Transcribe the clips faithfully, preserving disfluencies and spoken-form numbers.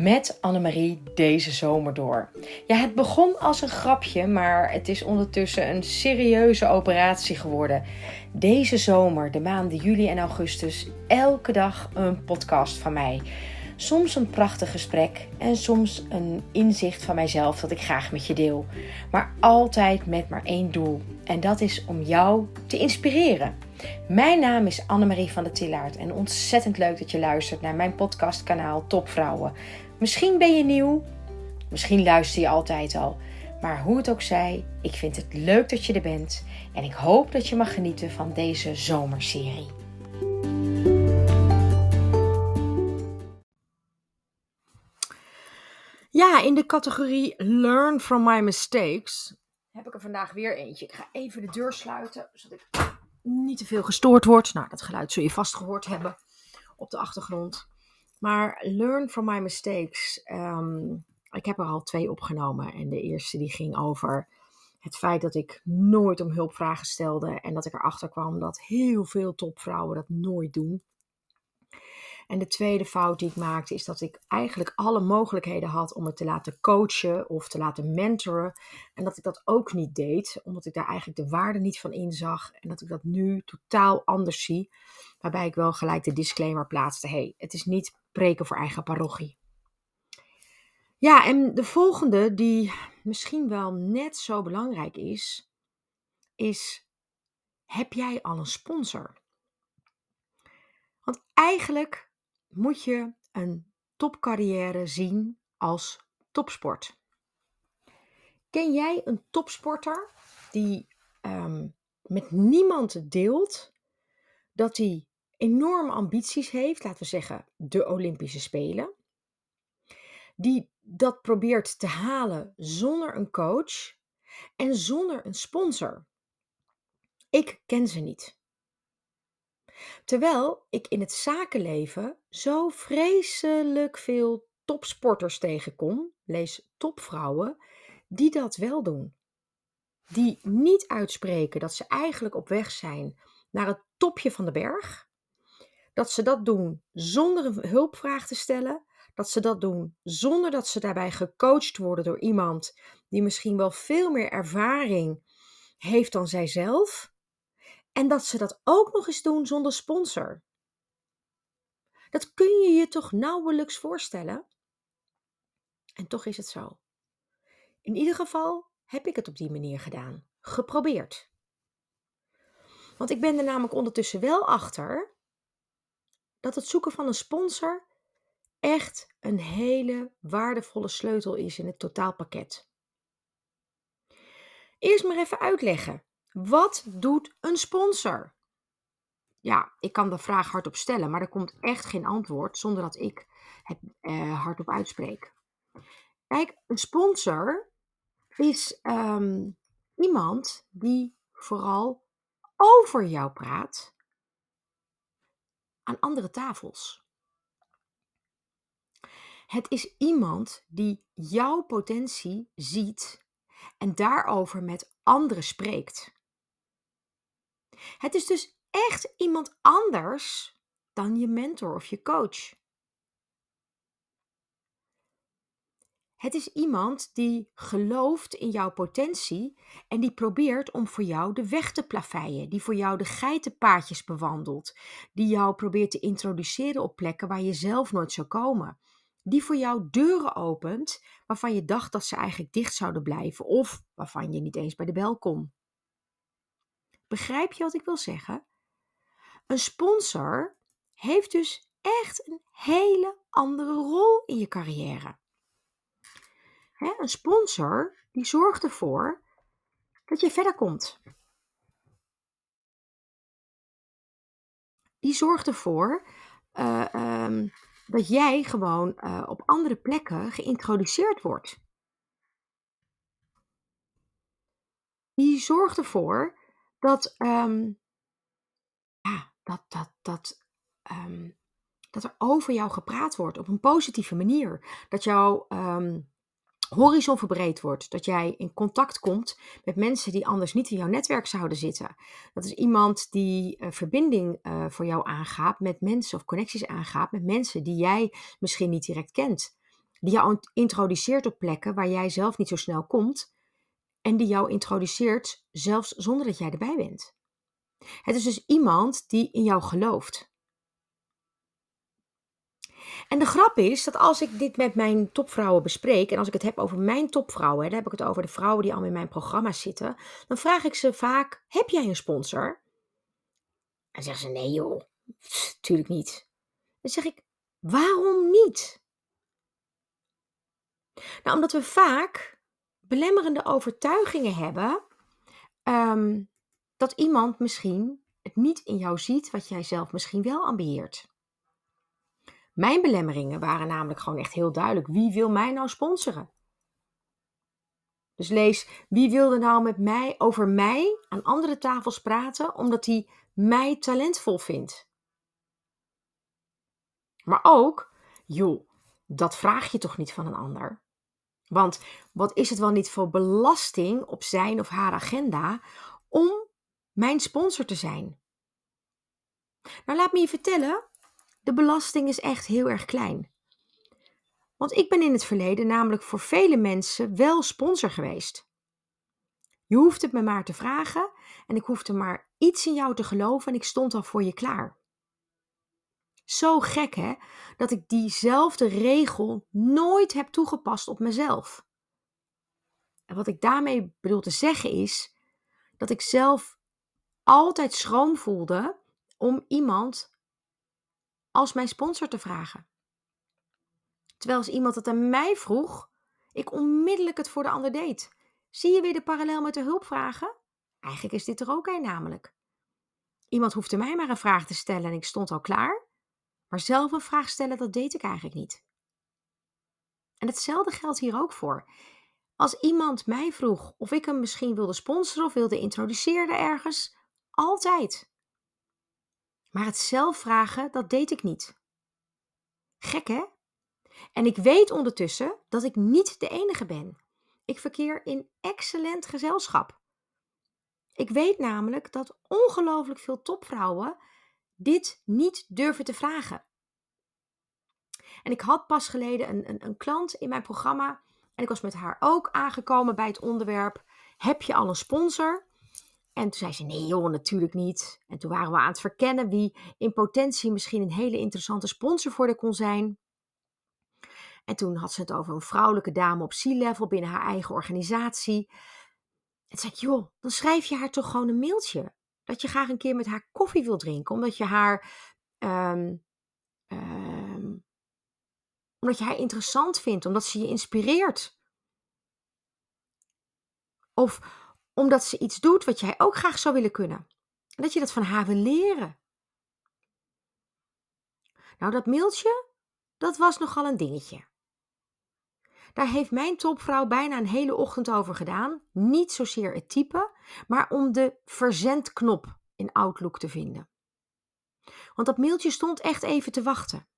met Annemarie deze zomer door. Ja, het begon als een grapje, maar het is ondertussen een serieuze operatie geworden. Deze zomer, de maanden juli en augustus, elke dag een podcast van mij. Soms een prachtig gesprek en soms een inzicht van mijzelf dat ik graag met je deel. Maar altijd met maar één doel. En dat is om jou te inspireren. Mijn naam is Annemarie van der Tillaert en ontzettend leuk dat je luistert naar mijn podcastkanaal Topvrouwen. Misschien ben je nieuw, misschien luister je altijd al. Maar hoe het ook zij, ik vind het leuk dat je er bent. En ik hoop dat je mag genieten van deze zomerserie. Ja, in de categorie Learn from my mistakes heb ik er vandaag weer eentje. Ik ga even de deur sluiten, zodat ik niet te veel gestoord word. Nou, dat geluid zul je vast gehoord hebben op de achtergrond. Maar Learn from my mistakes. Um, ik heb er al twee opgenomen. En de eerste die ging over het feit dat ik nooit om hulpvragen stelde. En dat ik erachter kwam dat heel veel topvrouwen dat nooit doen. En de tweede fout die ik maakte is dat ik eigenlijk alle mogelijkheden had om het te laten coachen of te laten mentoren. En dat ik dat ook niet deed, omdat ik daar eigenlijk de waarde niet van inzag. En dat ik dat nu totaal anders zie. Waarbij ik wel gelijk de disclaimer plaatste. Hey, het is niet preken voor eigen parochie. Ja, en de volgende die misschien wel net zo belangrijk is, is: heb jij al een sponsor? Want eigenlijk moet je een topcarrière zien als topsport. Ken jij een topsporter die um, met niemand deelt dat hij enorme ambities heeft, laten we zeggen de Olympische Spelen, die dat probeert te halen zonder een coach en zonder een sponsor? Ik ken ze niet. Terwijl ik in het zakenleven zo vreselijk veel topsporters tegenkom, lees topvrouwen, die dat wel doen. Die niet uitspreken dat ze eigenlijk op weg zijn naar het topje van de berg. Dat ze dat doen zonder een hulpvraag te stellen. Dat ze dat doen zonder dat ze daarbij gecoacht worden door iemand die misschien wel veel meer ervaring heeft dan zijzelf. En dat ze dat ook nog eens doen zonder sponsor. Dat kun je je toch nauwelijks voorstellen? En toch is het zo. In ieder geval heb ik het op die manier gedaan. Geprobeerd. Want ik ben er namelijk ondertussen wel achter dat het zoeken van een sponsor echt een hele waardevolle sleutel is in het totaalpakket. Eerst maar even uitleggen. Wat doet een sponsor? Ja, ik kan de vraag hardop stellen, maar er komt echt geen antwoord zonder dat ik het uh, hardop uitspreek. Kijk, een sponsor is um, iemand die vooral over jou praat aan andere tafels. Het is iemand die jouw potentie ziet en daarover met anderen spreekt. Het is dus echt iemand anders dan je mentor of je coach. Het is iemand die gelooft in jouw potentie en die probeert om voor jou de weg te plaveien, die voor jou de geitenpaadjes bewandelt, die jou probeert te introduceren op plekken waar je zelf nooit zou komen, die voor jou deuren opent waarvan je dacht dat ze eigenlijk dicht zouden blijven of waarvan je niet eens bij de bel kon. Begrijp je wat ik wil zeggen? Een sponsor heeft dus echt een hele andere rol in je carrière. He, een sponsor die zorgt ervoor dat je verder komt. Die zorgt ervoor uh, um, dat jij gewoon uh, op andere plekken geïntroduceerd wordt. Die zorgt ervoor dat, um, ja, dat, dat, dat, um, dat er over jou gepraat wordt op een positieve manier. Dat jouw um, horizon verbreed wordt. Dat jij in contact komt met mensen die anders niet in jouw netwerk zouden zitten. Dat is iemand die uh, verbinding uh, voor jou aangaat met mensen of connecties aangaat met mensen die jij misschien niet direct kent. Die jou int- introduceert op plekken waar jij zelf niet zo snel komt. En die jou introduceert zelfs zonder dat jij erbij bent. Het is dus iemand die in jou gelooft. En de grap is dat als ik dit met mijn topvrouwen bespreek, en als ik het heb over mijn topvrouwen, hè, dan heb ik het over de vrouwen die al in mijn programma's zitten, dan vraag ik ze vaak, heb jij een sponsor? En zeggen ze, nee joh, pff, tuurlijk niet. Dan zeg ik, waarom niet? Nou, omdat we vaak belemmerende overtuigingen hebben, ehm, dat iemand misschien het niet in jou ziet wat jij zelf misschien wel ambieert. Mijn belemmeringen waren namelijk gewoon echt heel duidelijk. Wie wil mij nou sponsoren? Dus lees, wie wilde nou met mij over mij aan andere tafels praten, omdat hij mij talentvol vindt? Maar ook, joh, dat vraag je toch niet van een ander? Want wat is het wel niet voor belasting op zijn of haar agenda om mijn sponsor te zijn? Nou, laat me je vertellen, de belasting is echt heel erg klein. Want ik ben in het verleden namelijk voor vele mensen wel sponsor geweest. Je hoeft het me maar te vragen en ik hoefde maar iets in jou te geloven en ik stond al voor je klaar. Zo gek hè, dat ik diezelfde regel nooit heb toegepast op mezelf. En wat ik daarmee bedoel te zeggen is dat ik zelf altijd schroom voelde om iemand als mijn sponsor te vragen. Terwijl als iemand het aan mij vroeg, ik onmiddellijk het voor de ander deed. Zie je weer de parallel met de hulpvragen? Eigenlijk is dit er ook een namelijk. Iemand hoefde mij maar een vraag te stellen en ik stond al klaar. Maar zelf een vraag stellen, dat deed ik eigenlijk niet. En hetzelfde geldt hier ook voor. Als iemand mij vroeg of ik hem misschien wilde sponsoren of wilde introduceren ergens, altijd. Maar het zelf vragen, dat deed ik niet. Gek hè? En ik weet ondertussen dat ik niet de enige ben. Ik verkeer in excellent gezelschap. Ik weet namelijk dat ongelooflijk veel topvrouwen dit niet durven te vragen. En ik had pas geleden een, een, een klant in mijn programma en ik was met haar ook aangekomen bij het onderwerp, heb je al een sponsor? En toen zei ze, nee joh, natuurlijk niet. En toen waren we aan het verkennen wie in potentie misschien een hele interessante sponsor voor haar kon zijn. En toen had ze het over een vrouwelijke dame op C-level binnen haar eigen organisatie. En toen zei ik, joh, dan schrijf je haar toch gewoon een mailtje. Dat je graag een keer met haar koffie wil drinken. Omdat je haar, um, um, omdat je haar interessant vindt. Omdat ze je inspireert. Of omdat ze iets doet wat jij ook graag zou willen kunnen. En dat je dat van haar wil leren. Nou, dat mailtje, dat was nogal een dingetje. Daar heeft mijn topvrouw bijna een hele ochtend over gedaan. Niet zozeer het type, maar om de verzendknop in Outlook te vinden. Want dat mailtje stond echt even te wachten.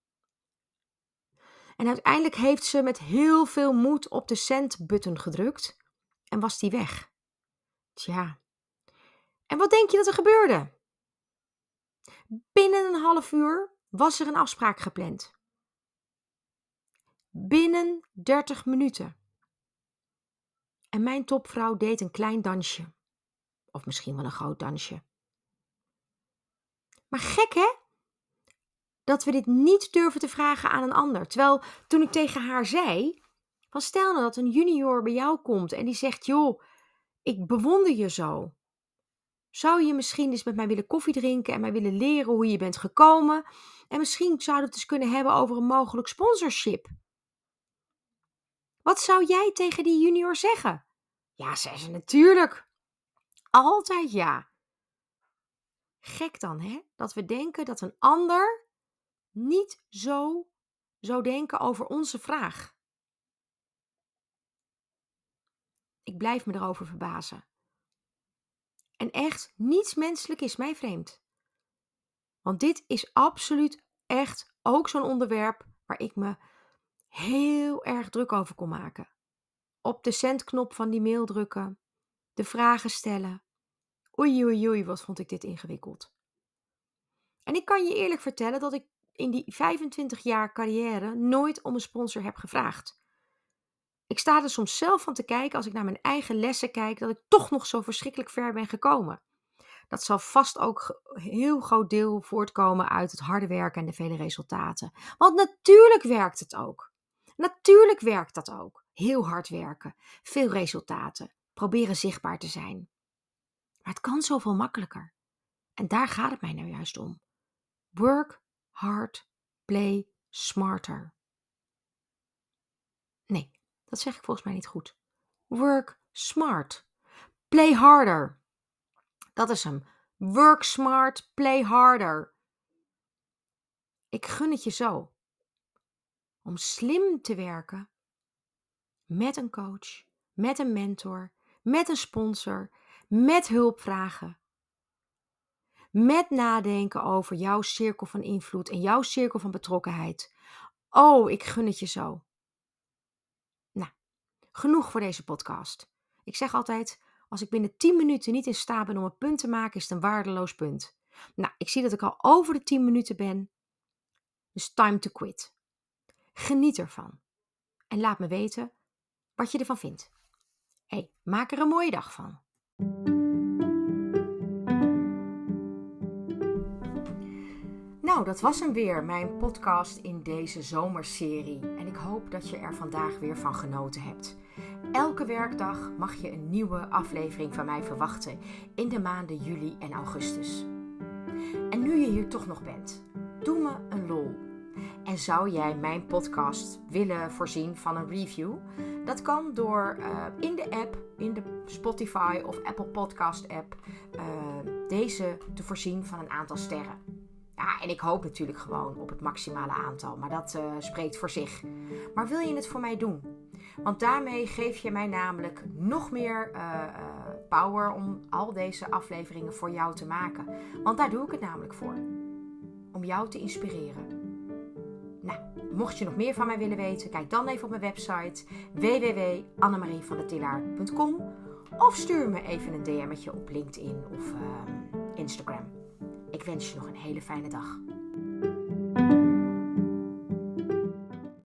En uiteindelijk heeft ze met heel veel moed op de send-button gedrukt en was die weg. Tja. En wat denk je dat er gebeurde? Binnen een half uur was er een afspraak gepland. Binnen dertig minuten. En mijn topvrouw deed een klein dansje. Of misschien wel een groot dansje. Maar gek hè? Dat we dit niet durven te vragen aan een ander. Terwijl toen ik tegen haar zei, van stel nou dat een junior bij jou komt en die zegt, joh, ik bewonder je zo. Zou je misschien eens met mij willen koffie drinken en mij willen leren hoe je bent gekomen? En misschien zouden we het eens kunnen hebben over een mogelijk sponsorship. Wat zou jij tegen die junior zeggen? Ja, zei ze, natuurlijk. Altijd ja. Gek dan, hè? Dat we denken dat een ander niet zo zou denken over onze vraag. Ik blijf me erover verbazen. En echt, niets menselijk is mij vreemd. Want dit is absoluut echt ook zo'n onderwerp waar ik me heel erg druk over kon maken. Op de zendknop van die mail drukken, de vragen stellen. Oei, oei, oei, wat vond ik dit ingewikkeld. En ik kan je eerlijk vertellen dat ik in die vijfentwintig jaar carrière nooit om een sponsor heb gevraagd. Ik sta er soms zelf van te kijken als ik naar mijn eigen lessen kijk, dat ik toch nog zo verschrikkelijk ver ben gekomen. Dat zal vast ook een heel groot deel voortkomen uit het harde werken en de vele resultaten. Want natuurlijk werkt het ook. Natuurlijk werkt dat ook. Heel hard werken, veel resultaten, proberen zichtbaar te zijn. Maar het kan zoveel makkelijker. En daar gaat het mij nou juist om. Work hard, play smarter. Nee, dat zeg ik volgens mij niet goed. Work smart, play harder. Dat is hem. Work smart, play harder. Ik gun het je zo. Om slim te werken met een coach, met een mentor, met een sponsor, met hulpvragen. Met nadenken over jouw cirkel van invloed en jouw cirkel van betrokkenheid. Oh, ik gun het je zo. Nou, genoeg voor deze podcast. Ik zeg altijd, als ik binnen tien minuten niet in staat ben om een punt te maken, is het een waardeloos punt. Nou, ik zie dat ik al over de tien minuten ben. Dus time to quit. Geniet ervan. En laat me weten wat je ervan vindt. Hé, hey, maak er een mooie dag van. Nou, dat was hem weer, mijn podcast in deze zomerserie. En ik hoop dat je er vandaag weer van genoten hebt. Elke werkdag mag je een nieuwe aflevering van mij verwachten in de maanden juli en augustus. En nu je hier toch nog bent, doe me een lol. En zou jij mijn podcast willen voorzien van een review? Dat kan door uh, in de app, in de Spotify of Apple Podcast app, uh, deze te voorzien van een aantal sterren. Ja, en ik hoop natuurlijk gewoon op het maximale aantal, maar dat uh, spreekt voor zich. Maar wil je het voor mij doen? Want daarmee geef je mij namelijk nog meer uh, uh, power om al deze afleveringen voor jou te maken. Want daar doe ik het namelijk voor. Om jou te inspireren. Nou, mocht je nog meer van mij willen weten, kijk dan even op mijn website w w w punt annemarie van der Tillaert punt com of stuur me even een D M'tje op LinkedIn of uh, Instagram. Ik wens je nog een hele fijne dag.